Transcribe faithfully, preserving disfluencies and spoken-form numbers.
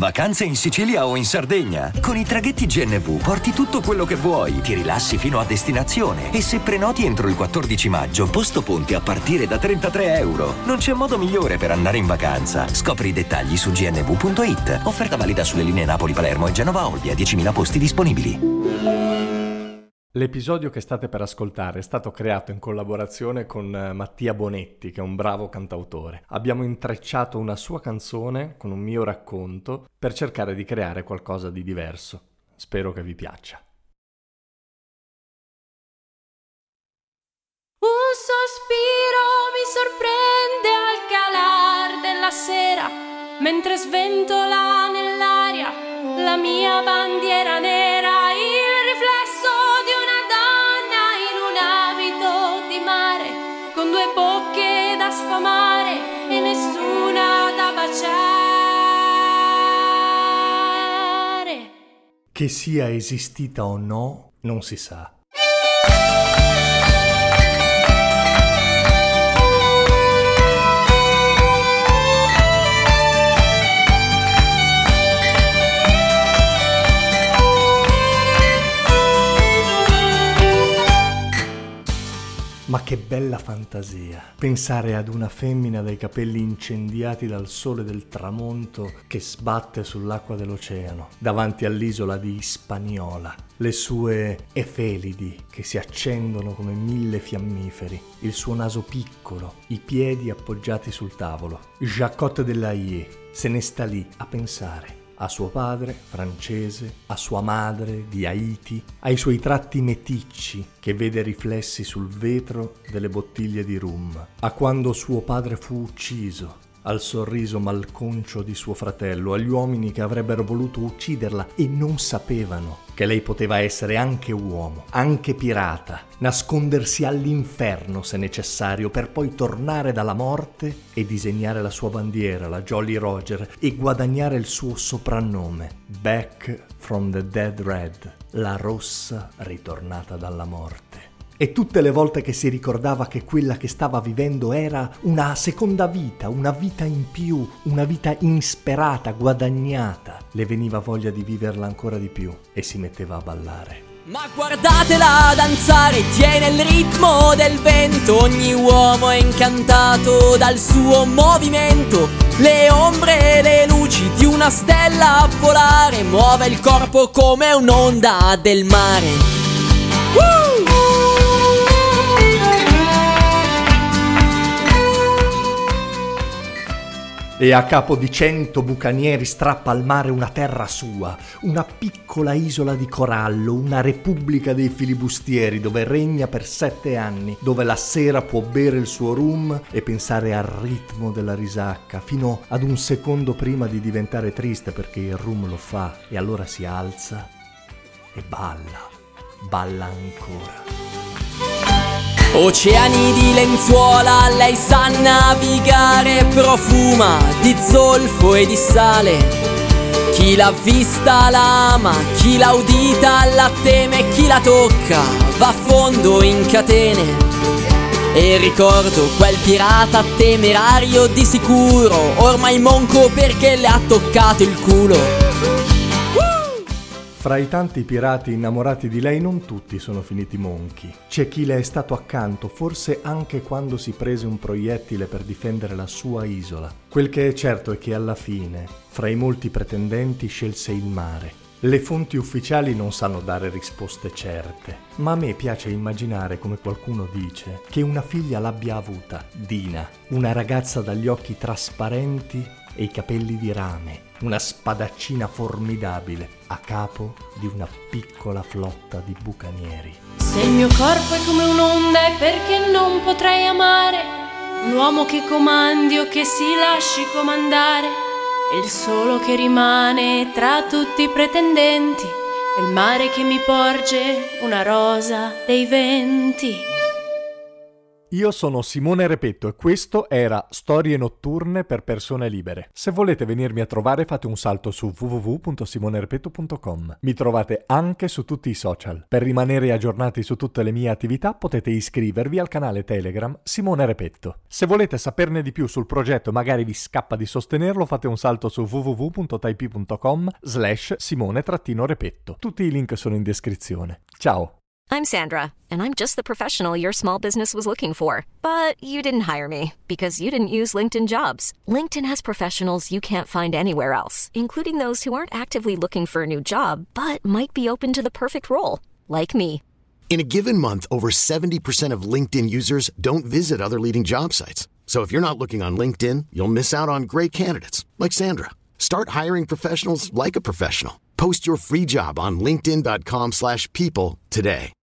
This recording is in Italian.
Vacanze in Sicilia o in Sardegna? Con i traghetti G N V porti tutto quello che vuoi, ti rilassi fino a destinazione e se prenoti entro il quattordici maggio, posto ponti a partire da trentatré euro. Non c'è modo migliore per andare in vacanza. Scopri i dettagli su g n v punto i t. Offerta valida sulle linee Napoli-Palermo e Genova-Olbia, diecimila posti disponibili. L'episodio che state per ascoltare è stato creato in collaborazione con Mattia Bonetti, che è un bravo cantautore. Abbiamo intrecciato una sua canzone con un mio racconto per cercare di creare qualcosa di diverso. Spero che vi piaccia. Un sospiro mi sorprende al calar della sera, mentre sventola nell'aria la mia bandiera nera, il riflesso di una donna in un abito di mare, con due bocche da sfamare e nessuna da baciare. Che sia esistita o no, non si sa. Ma che bella fantasia, pensare ad una femmina dai capelli incendiati dal sole del tramonto che sbatte sull'acqua dell'oceano, davanti all'isola di Hispaniola, le sue efelidi che si accendono come mille fiammiferi, il suo naso piccolo, i piedi appoggiati sul tavolo. Jacquot de Laïe se ne sta lì a pensare. A suo padre, francese, a sua madre, di Haiti, ai suoi tratti meticci che vede riflessi sul vetro delle bottiglie di rum, a quando suo padre fu ucciso, al sorriso malconcio di suo fratello, agli uomini che avrebbero voluto ucciderla e non sapevano che lei poteva essere anche uomo, anche pirata, nascondersi all'inferno se necessario per poi tornare dalla morte e disegnare la sua bandiera, la Jolly Roger, e guadagnare il suo soprannome, Back from the Dead Red, la rossa ritornata dalla morte. E tutte le volte che si ricordava che quella che stava vivendo era una seconda vita, una vita in più, una vita insperata, guadagnata, le veniva voglia di viverla ancora di più e si metteva a ballare. Ma guardatela danzare, tiene il ritmo del vento, ogni uomo è incantato dal suo movimento. Le ombre e le luci di una stella polare, muove il corpo come un'onda del mare. Woo! E a capo di cento bucanieri strappa al mare una terra sua, una piccola isola di corallo, una repubblica dei filibustieri dove regna per sette anni, dove la sera può bere il suo rum e pensare al ritmo della risacca, fino ad un secondo prima di diventare triste perché il rum lo fa, e allora si alza e balla, balla ancora. Oceani di lenzuola, lei sa navigare, profuma di zolfo e di sale. Chi l'ha vista la ama, chi l'ha udita la teme, chi la tocca va a fondo in catene. E ricordo quel pirata temerario di sicuro, ormai monco perché le ha toccato il culo. Fra i tanti pirati innamorati di lei non tutti sono finiti monchi. C'è chi le è stato accanto, forse anche quando si prese un proiettile per difendere la sua isola. Quel che è certo è che alla fine, fra i molti pretendenti, scelse il mare. Le fonti ufficiali non sanno dare risposte certe, ma a me piace immaginare, come qualcuno dice, che una figlia l'abbia avuta, Dina, una ragazza dagli occhi trasparenti e i capelli di rame, una spadaccina formidabile a capo di una piccola flotta di bucanieri. Se il mio corpo è come un'onda, è perché non potrei amare un uomo che comandi o che si lasci comandare. E il solo che rimane tra tutti i pretendenti è il mare che mi porge una rosa dei venti. Io sono Simone Repetto e questo era Storie notturne per persone libere. Se volete venirmi a trovare fate un salto su w w w punto simone repetto punto com. Mi trovate anche su tutti i social. Per rimanere aggiornati su tutte le mie attività potete iscrivervi al canale Telegram Simone Repetto. Se volete saperne di più sul progetto e magari vi scappa di sostenerlo fate un salto su w w w punto type punto com slash simone repetto. Tutti i link sono in descrizione. Ciao! I'm Sandra, and I'm just the professional your small business was looking for. But you didn't hire me because you didn't use LinkedIn Jobs. LinkedIn has professionals you can't find anywhere else, including those who aren't actively looking for a new job, but might be open to the perfect role, like me. In a given month, over seventy percent of LinkedIn users don't visit other leading job sites. So if you're not looking on LinkedIn, you'll miss out on great candidates, like Sandra. Start hiring professionals like a professional. Post your free job on linkedin dot com slash people today.